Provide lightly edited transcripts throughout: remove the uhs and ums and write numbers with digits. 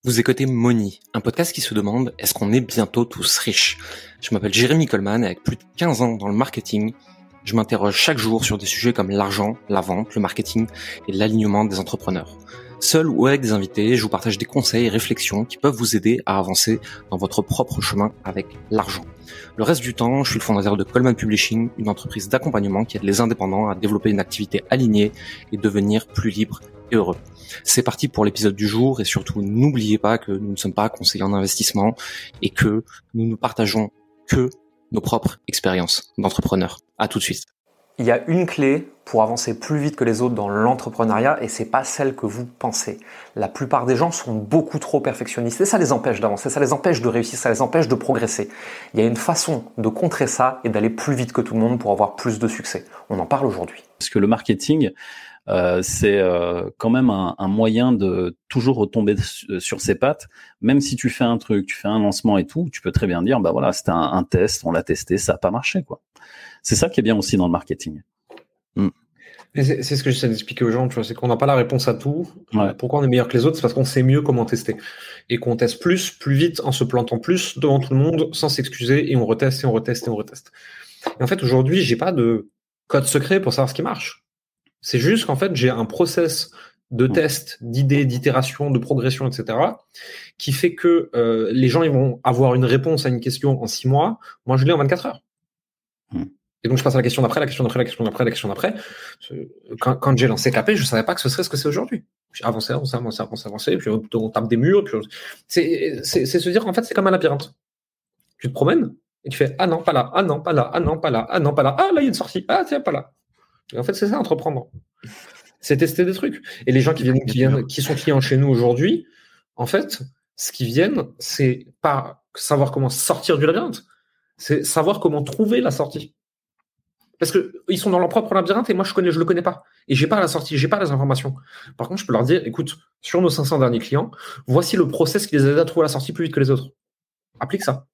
Vous écoutez Money, un podcast qui se demande est-ce qu'on est bientôt tous riches? Je m'appelle Jérémy Coleman et avec plus de 15 ans dans le marketing, je m'interroge chaque jour sur des sujets comme l'argent, la vente, le marketing et l'alignement des entrepreneurs. Seul ou avec des invités, je vous partage des conseils et réflexions qui peuvent vous aider à avancer dans votre propre chemin avec l'argent. Le reste du temps, je suis le fondateur de Coleman Publishing, une entreprise d'accompagnement qui aide les indépendants à développer une activité alignée et devenir plus libre et heureux. C'est parti pour l'épisode du jour et surtout n'oubliez pas que nous ne sommes pas conseillers en investissement et que nous ne partageons que nos propres expériences d'entrepreneurs. À tout de suite. Il y a une clé pour avancer plus vite que les autres dans l'entrepreneuriat et c'est pas celle que vous pensez. La plupart des gens sont beaucoup trop perfectionnistes et ça les empêche d'avancer, ça les empêche de réussir, ça les empêche de progresser. Il y a une façon de contrer ça et d'aller plus vite que tout le monde pour avoir plus de succès. On en parle aujourd'hui. Parce que le marketing, c'est quand même un moyen de toujours retomber sur ses pattes. Même si tu fais un truc, tu fais un lancement et tout, tu peux très bien dire, bah voilà, c'était un test, on l'a testé, ça n'a pas marché, quoi. C'est ça qui est bien aussi dans le marketing. Et c'est ce que j'essaie d'expliquer aux gens, tu vois, c'est qu'on n'a pas la réponse à tout. Ouais. Pourquoi on est meilleur que les autres? C'est parce qu'on sait mieux comment tester. Et qu'on teste plus vite, en se plantant plus devant tout le monde, sans s'excuser, et on reteste, et on reteste, et on reteste. Et en fait, aujourd'hui, j'ai pas de code secret pour savoir ce qui marche. C'est juste qu'en fait, j'ai un process de test, d'idées, d'itération, de progression, etc., qui fait que les gens ils vont avoir une réponse à une question en 6 mois. Moi, je l'ai en 24 heures. Et donc, je passe à la question d'après, la question d'après, la question d'apraprès, la question d'après. Quand j'ai lancé KP, je savais pas que ce serait ce que c'est aujourd'hui. J'ai avancé, puis on tape des murs. Puis c'est se dire qu'en fait, c'est comme un labyrinthe. Tu te promènes et tu fais ah non, pas là, ah non, pas là, ah non, pas là, ah non, pas là, ah là, il y a une sortie, ah tiens, pas là. Et en fait, c'est ça, entreprendre. C'est tester des trucs. Et les gens qui sont clients chez nous aujourd'hui, en fait, ce qui viennent, c'est pas savoir comment sortir du labyrinthe, c'est savoir comment trouver la sortie. Parce que ils sont dans leur propre labyrinthe et moi je le connais pas. Et j'ai pas la sortie, j'ai pas les informations. Par contre, je peux leur dire, écoute, sur nos 500 derniers clients, voici le process qui les aide à trouver la sortie plus vite que les autres. Applique ça.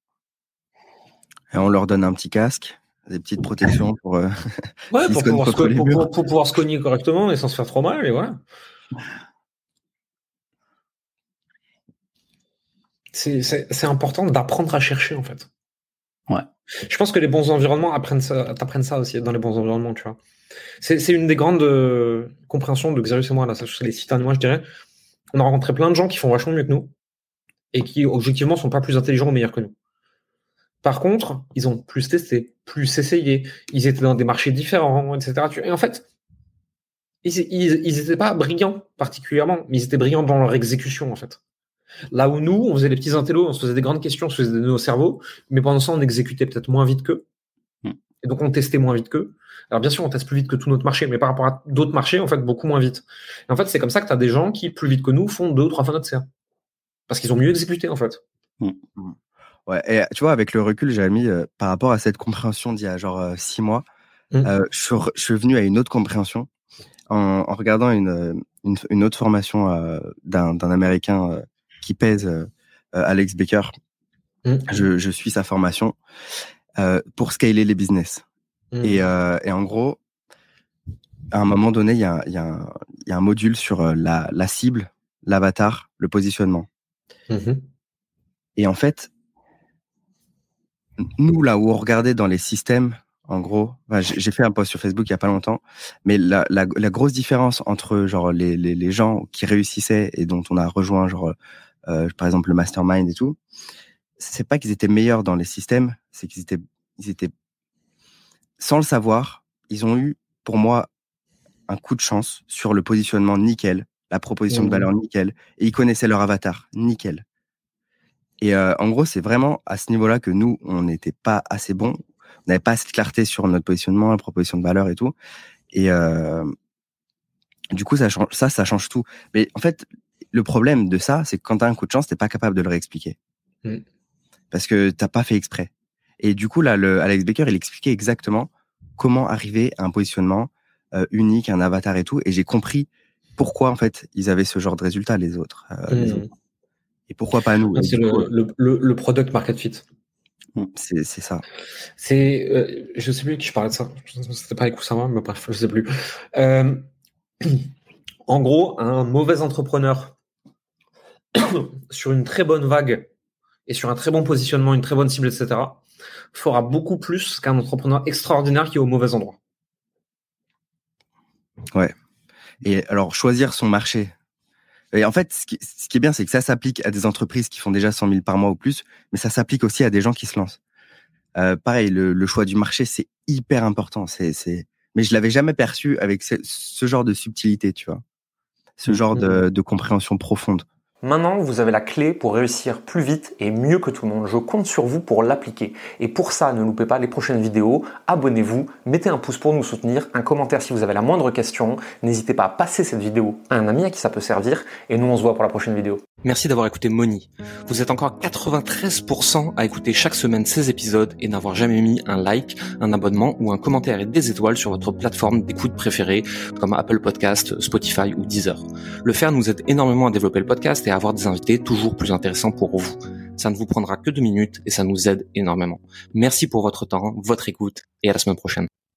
Et on leur donne un petit casque, des petites protections pour, pour pouvoir se cogner correctement et sans se faire trop mal, et voilà. C'est important d'apprendre à chercher, en fait. Ouais. Je pense que les bons environnements t'apprennent ça aussi, dans les bons environnements, tu vois. C'est une des grandes compréhensions de Xerius et moi, là, sur les 6 derniers mois, je dirais. On a rencontré plein de gens qui font vachement mieux que nous et qui, objectivement, sont pas plus intelligents ou meilleurs que nous. Par contre, ils ont plus testé, plus essayé, ils étaient dans des marchés différents, etc. Et en fait, ils étaient pas brillants particulièrement, mais ils étaient brillants dans leur exécution, en fait. Là où nous, on faisait des petits intellos, on se faisait des grandes questions, on se faisait de nos cerveaux, mais pendant ça, on exécutait peut-être moins vite qu'eux. Et donc, on testait moins vite qu'eux. Alors, bien sûr, on teste plus vite que tout notre marché, mais par rapport à d'autres marchés, en fait, beaucoup moins vite. Et en fait, c'est comme ça que tu as des gens qui, plus vite que nous, font 2 ou 3 fois notre CA. Parce qu'ils ont mieux exécuté, en fait. Ouais, et tu vois, avec le recul, j'ai mis par rapport à cette compréhension d'il y a genre 6 mois, je suis venu à une autre compréhension en regardant une autre formation d'un Américain qui pèse Alex Baker. Je suis sa formation pour scaler les business. Et en gros, à un moment donné, il y a un module sur la cible, l'avatar, le positionnement. Et en fait, nous, là où on regardait dans les systèmes, en gros, j'ai fait un post sur Facebook il y a pas longtemps, mais la grosse différence entre genre les gens qui réussissaient et dont on a rejoint genre par exemple le mastermind et tout, c'est pas qu'ils étaient meilleurs dans les systèmes, c'est qu'ils étaient sans le savoir, ils ont eu pour moi un coup de chance sur le positionnement nickel, la proposition de valeur nickel, et ils connaissaient leur avatar nickel. Et en gros, c'est vraiment à ce niveau-là que nous, on n'était pas assez bons. On n'avait pas assez de clarté sur notre positionnement, la proposition de valeur et tout. Et du coup, ça change tout. Mais en fait, le problème de ça, c'est que quand tu as un coup de chance, tu n'es pas capable de le réexpliquer. Parce que tu n'as pas fait exprès. Et du coup, là, Alex Baker, il expliquait exactement comment arriver à un positionnement unique, un avatar et tout. Et j'ai compris pourquoi, en fait, ils avaient ce genre de résultat, les autres. Et pourquoi pas nous? C'est le product market fit. C'est ça. Je sais plus qui je parlais de ça. C'était pas avec Oussama, mais bref, je sais plus. En gros, un mauvais entrepreneur sur une très bonne vague et sur un très bon positionnement, une très bonne cible, etc., fera beaucoup plus qu'un entrepreneur extraordinaire qui est au mauvais endroit. Ouais. Et alors, choisir son marché. Et en fait, ce qui est bien, c'est que ça s'applique à des entreprises qui font déjà 100 000 par mois ou plus, mais ça s'applique aussi à des gens qui se lancent. Pareil, le choix du marché, c'est hyper important. Mais je l'avais jamais perçu avec ce genre de subtilité, tu vois. Ce genre de compréhension profonde. Maintenant, vous avez la clé pour réussir plus vite et mieux que tout le monde. Je compte sur vous pour l'appliquer. Et pour ça, ne loupez pas les prochaines vidéos. Abonnez-vous, mettez un pouce pour nous soutenir, un commentaire si vous avez la moindre question. N'hésitez pas à passer cette vidéo à un ami à qui ça peut servir. Et nous, on se voit pour la prochaine vidéo. Merci d'avoir écouté Money. Vous êtes encore 93% à écouter chaque semaine ces épisodes et n'avoir jamais mis un like, un abonnement ou un commentaire et des étoiles sur votre plateforme d'écoute préférée comme Apple Podcast, Spotify ou Deezer. Le faire nous aide énormément à développer le podcast et à avoir des invités toujours plus intéressants pour vous. Ça ne vous prendra que 2 minutes et ça nous aide énormément. Merci pour votre temps, votre écoute et à la semaine prochaine.